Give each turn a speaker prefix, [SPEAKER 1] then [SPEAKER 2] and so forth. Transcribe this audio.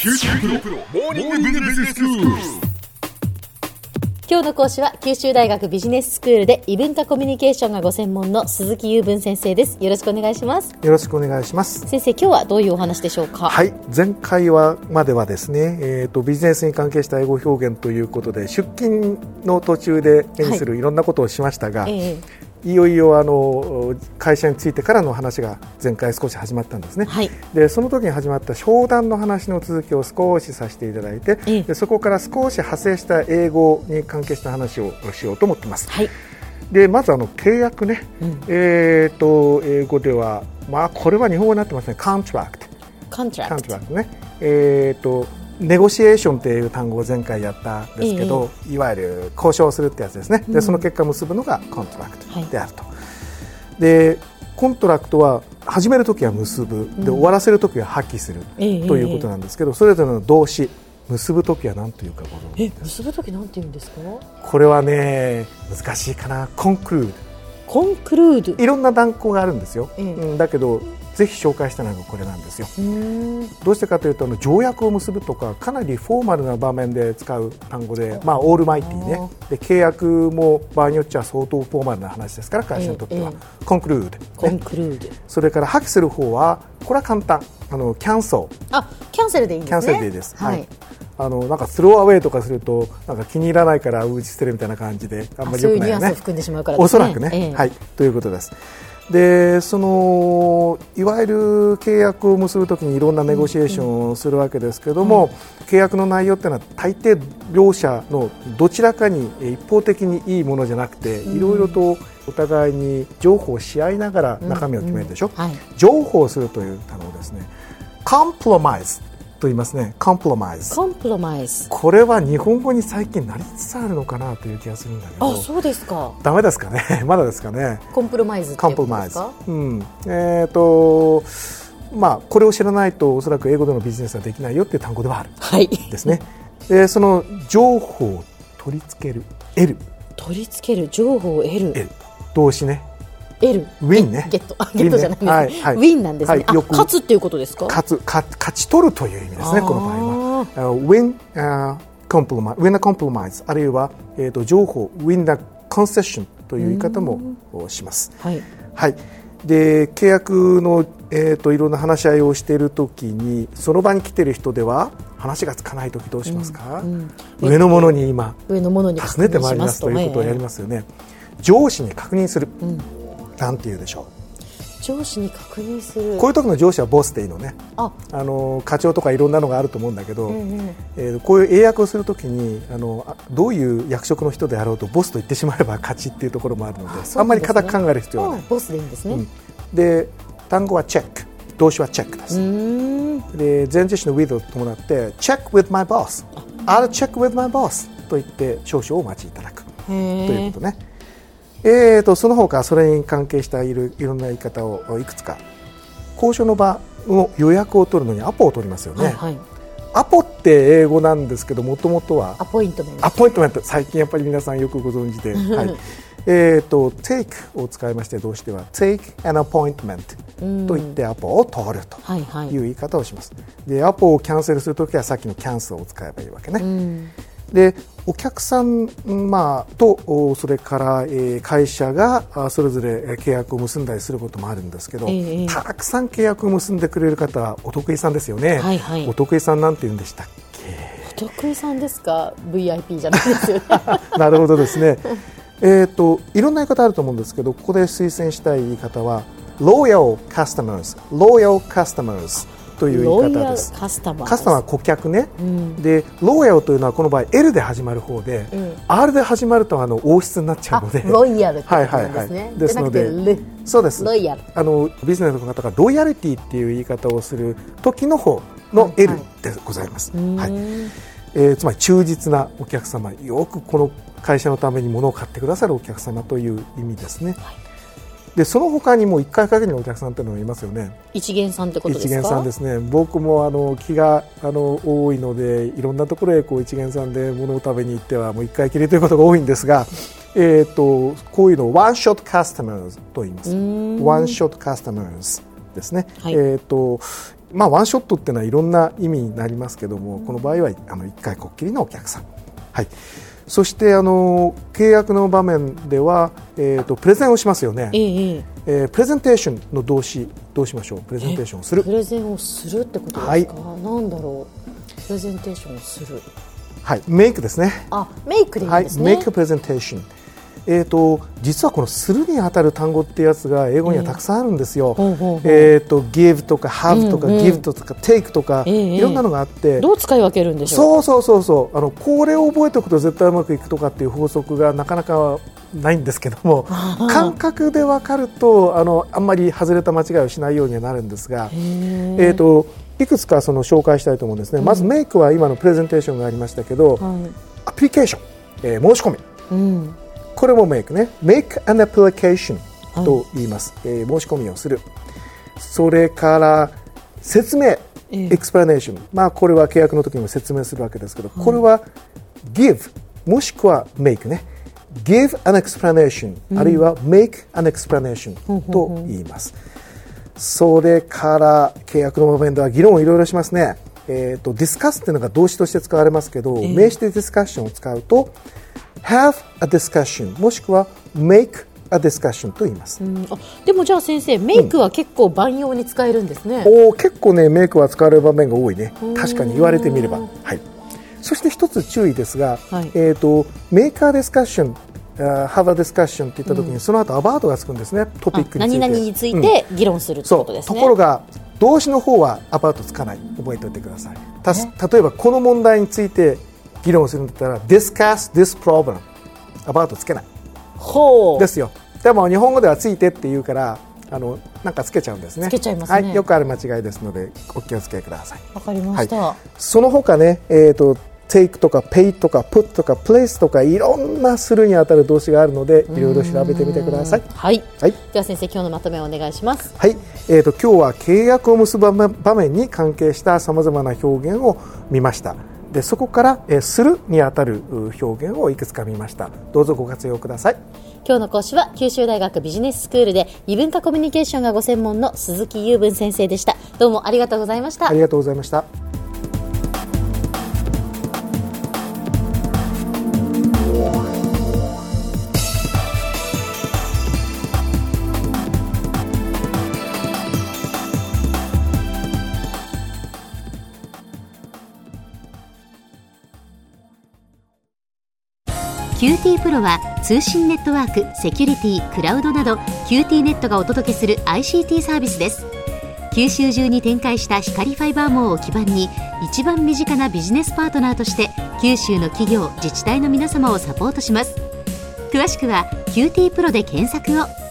[SPEAKER 1] 九州大学モーニングビジネススクール。
[SPEAKER 2] 今日の講師は九州大学ビジネススクールで異文化コミュニケーションがご専門の鈴木雄文先生です。よろしくお願いします。
[SPEAKER 3] よろしくお願いします。
[SPEAKER 2] 先生、今日はどういうお話でしょうか？
[SPEAKER 3] はい、前回まではですね、ビジネスに関係した英語表現ということで出勤の途中で目にするいろんなことをしましたが、いよいよ会社についてからの話が前回少し始まったんですね、でその時に始まった商談の話の続きを少しさせていただいて、でそこから少し派生した英語に関係した話をしようと思っています、でまず契約ね、英語では、これは日本語になってますね。コントラクトね、ネゴシエーションという単語を前回やったんですけど、いわゆる交渉するってやつですね。でその結果結ぶのがコントラクトであると、でコントラクトは始めるときは結ぶで、終わらせるときは破棄する、ということなんですけど、それぞれの動詞結ぶときは何というかご存知ですか？
[SPEAKER 2] 結ぶとき何て言うんですか？
[SPEAKER 3] これはね、難しいかな。コンクルード、いろんな断語があるんですよ、だけどぜひ紹介したいのがこれなんですよ。どうしてかというと、条約を結ぶとかかなりフォーマルな場面で使う単語で、オールマイティーね。で契約も場合によっては相当フォーマルな話ですから、会社にとっては、コンクルード、それから破棄する方はこれは簡単、キャンセルでいいんですね。キャンセルでいいです、なんかスローアウェイとかするとなんか気に入らないから打ち捨てるみたいな感じで、あんまり良くないよね。そういうニュアンスを含んでしまうからですね。おそらくね、ということです。でいわゆる契約を結ぶときにいろんなネゴシエーションをするわけですけれども、契約の内容っていうのは大抵両者のどちらかに一方的にいいものじゃなくて、いろいろとお互いに譲歩し合いながら中身を決めるでしょ。譲歩するという単語ですね。コンプロマイズと言いますね。コンプロマイズ。これは日本語に最近なりつつあるのかなという気がするんだけど。そうですか。ダメですかね。まだですかね。コンプロマイズっていうことですか？これを知らないとおそらく英語でのビジネスはできないよっていう単語ではある、ですね。でその譲歩を取り付ける、譲歩を得る、動詞ね。ウィンね。ゲットじゃないですね。ウィンなんですね。勝つっていうことですか？勝ち取るという意味ですね、この場合は。win a compromise、あるいは譲歩 win a concession という言い方もします。で契約のいろんな話し合いをしているときに、その場に来ている人では話がつかないときどうしますか？上の者に尋ねてまいりますということをやりますよね。上司に確認する、なんて言うでしょう。
[SPEAKER 2] 上司に確認する。
[SPEAKER 3] こういう時の上司はボスでいいのね。課長とかいろんなのがあると思うんだけど、こういう英訳をするときにどういう役職の人であろうとボスと言ってしまえば勝ちっていうところもあるので、あんまり固く考える必要はない。
[SPEAKER 2] ボスでいいんですね。
[SPEAKER 3] で単語はチェック、動詞はチェックです。で前置詞の with を伴って check with my boss、I'll check with my boss と言って少々お待ちいただくということね。その他それに関係したいろんな言い方をいくつか。交渉の場の予約を取るのにアポを取りますよね。アポって英語なんですけど、もともとはアポイントメント、最近やっぱり皆さんよくご存知で、take を使いまして、動詞では take an appointment と言ってアポを取るという言い方をします。でアポをキャンセルするときはさっきのキャンセルを使えばいいわけね。でお客さん、とそれから会社がそれぞれ契約を結んだりすることもあるんですけど、たくさん契約を結んでくれる方はお得意さんですよね。お得意さんなんて言うんでしたっけ？お得意さんですか？ VIP じゃないですよね。なるほどですね。いろんな言い方あると思うんですけど、ここで推薦したい言い方は Loyal Customers という言い方です。カスタマーは顧客ね、でロイヤルというのはこの場合 L で始まる方で、R で始まると王室になっちゃうので、ロイヤルってことですね。ですのでそうです。ロイヤル、ビジネスの方がロイヤリティっていう言い方をする時の方の L でございます。つまり忠実なお客様、よくこの会社のために物を買ってくださるお客様という意味ですね。でその他にも1回限りのお客さんというのがいますよね。一元さんってことですか？一元さんですね。僕も気が多いので、いろんなところへ一元さんで物を食べに行ってはもう1回きりということが多いんですが、こういうのをワンショットカスタマーズと言います。ワンショットカスタマーズですね。 ワンショットっていうのはいろんな意味になりますけども、この場合は1回こっきりのお客さん、はい、そして契約の場面では、プレゼンをしますよね、プレゼンテーションの動詞どうしましょう。プレゼンテーションをする、
[SPEAKER 2] プレゼンをするってことですか、はい、なんだろう、プレゼンテーションをする、はい、
[SPEAKER 3] メイクですね。
[SPEAKER 2] メイクでいいんですね。
[SPEAKER 3] はい、メイクプレゼンテーション。実はこのするにあたる単語ってやつが英語にはたくさんあるんですよ。give とか have とか give とか take とか、いろんなのがあって、
[SPEAKER 2] どう使い分けるんでしょう。
[SPEAKER 3] そうこれを覚えておくと絶対うまくいくとかっていう法則がなかなかないんですけども、感覚で分かるとあんまり外れた間違いをしないようにはなるんですが、いくつか紹介したいと思うんですね。まずメイクは今のプレゼンテーションがありましたけど、アプリケーション、申し込み、これもメイクね。make an application と言います、申し込みをする。それから説明、explanation、これは契約の時にも説明するわけですけど、これは give もしくは make ね。give an explanation、あるいは make an explanation と言います。それから契約の場面では議論をいろいろしますね。discuss っていうのが動詞として使われますけど、名詞で discussion を使うとhave a discussion もしくは make a discussion と言います。
[SPEAKER 2] でもじゃあ先生、メイクは結構万用に使えるんですね。
[SPEAKER 3] 結構ね、メイクは使われる場面が多いね。確かに言われてみれば、はい、そして一つ注意ですが、make a discussion、have a discussion って言った時に、その後 about がつくんですね。トピックについて、
[SPEAKER 2] 何々について議論するってことですね。
[SPEAKER 3] ところが動詞の方は about つかない。覚えておいてください。例えばこの問題について議論するんだったら discuss this problem、 about つけないですよ。でも日本語ではついてって言うからなんかつけちゃうんですね。
[SPEAKER 2] つけちゃいますね。
[SPEAKER 3] はい、よくある間違いですのでお気をつけください。
[SPEAKER 2] わかりました、
[SPEAKER 3] その他ね、take とか pay とか put とか place とかいろんなするにあたる動詞があるのでいろいろ調べてみてください。はい、
[SPEAKER 2] では先生、今日のまとめをお願いします。
[SPEAKER 3] はい、今日は契約を結ぶ場面に関係したさまざまな表現を見ました。でそこから、するにあたる表現をいくつか見ました。どうぞご活用ください。
[SPEAKER 2] 今日の講師は九州大学ビジネススクールで異文化コミュニケーションがご専門の鈴木雄文先生でした。どうもありがとうございました。
[SPEAKER 3] ありがとうございました。
[SPEAKER 4] QT プロは通信ネットワーク、セキュリティ、クラウドなど QT ネットがお届けする ICT サービスです。九州中に展開した光ファイバー網を基盤に一番身近なビジネスパートナーとして九州の企業、自治体の皆様をサポートします。詳しくは QT プロで検索を。